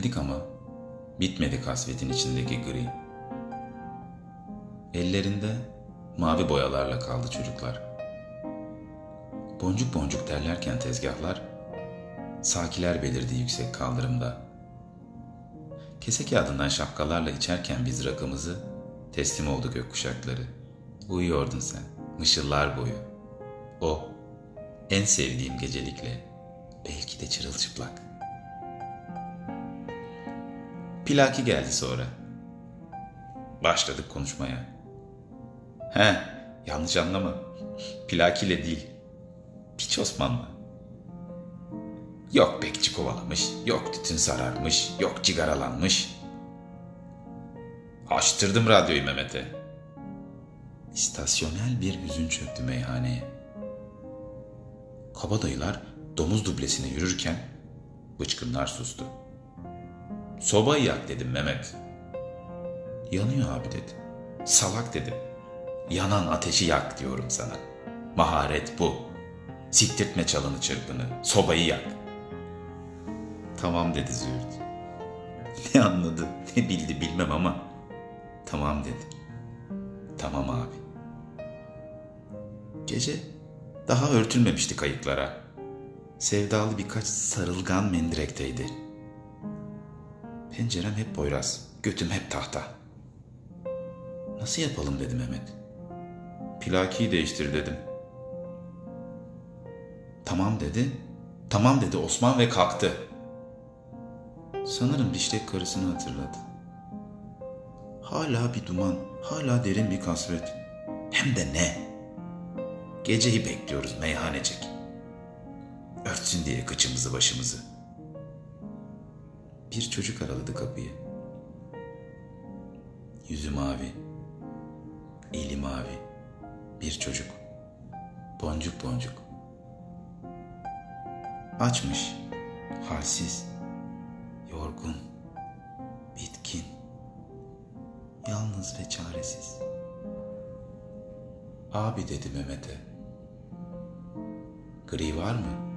Geldik ama bitmedi kasvetin içindeki gri. Ellerinde mavi boyalarla kaldı çocuklar. Boncuk boncuk terlerken tezgahlar, sakiler belirdi yüksek kaldırımda. Kese kağıdından şapkalarla içerken biz rakımızı, teslim oldu gökkuşakları. Uyuyordun sen, mışıllar boyu. O, en sevdiğim gecelikle, belki de çırılçıplak. Plaki geldi sonra. Başladık konuşmaya. Yanlış anlama. Plakiyle değil. Piç Osman'la. Yok bekçi kovalamış, yok tütün sararmış, yok cigaralanmış. Açtırdım radyoyu Mehmet'e. İstasyonel bir hüzün çöktü meyhaneye. Kabadayılar domuz dublesine yürürken bıçkınlar sustu. Sobayı yak dedim Mehmet. Yanıyor abi dedi. Salak dedim. Yanan ateşi yak diyorum sana. Maharet bu. Siktirtme çalını çırpını. Sobayı yak. Tamam dedi Züğürt. Ne anladı, ne bildi bilmem ama tamam dedi. Tamam abi. Gece daha örtülmemişti kayıklara. Sevdalı birkaç sarılgan mendirekteydi. Pencerem hep boyraz, götüm hep tahta. Nasıl yapalım dedi Mehmet. Plakiyi değiştir dedim. Tamam dedi. Tamam dedi Osman ve kalktı. Sanırım dişlek karısını hatırladı. Hala bir duman, hala derin bir kasvet. Hem de ne? Geceyi bekliyoruz meyhanecik. Örtsün diye kıçımızı başımızı. Bir çocuk araladı kapıyı. Yüzü mavi, eli mavi. Bir çocuk. Boncuk boncuk. Açmış, halsiz, yorgun, bitkin, yalnız ve çaresiz. Abi dedi Mehmet'e. Gri var mı?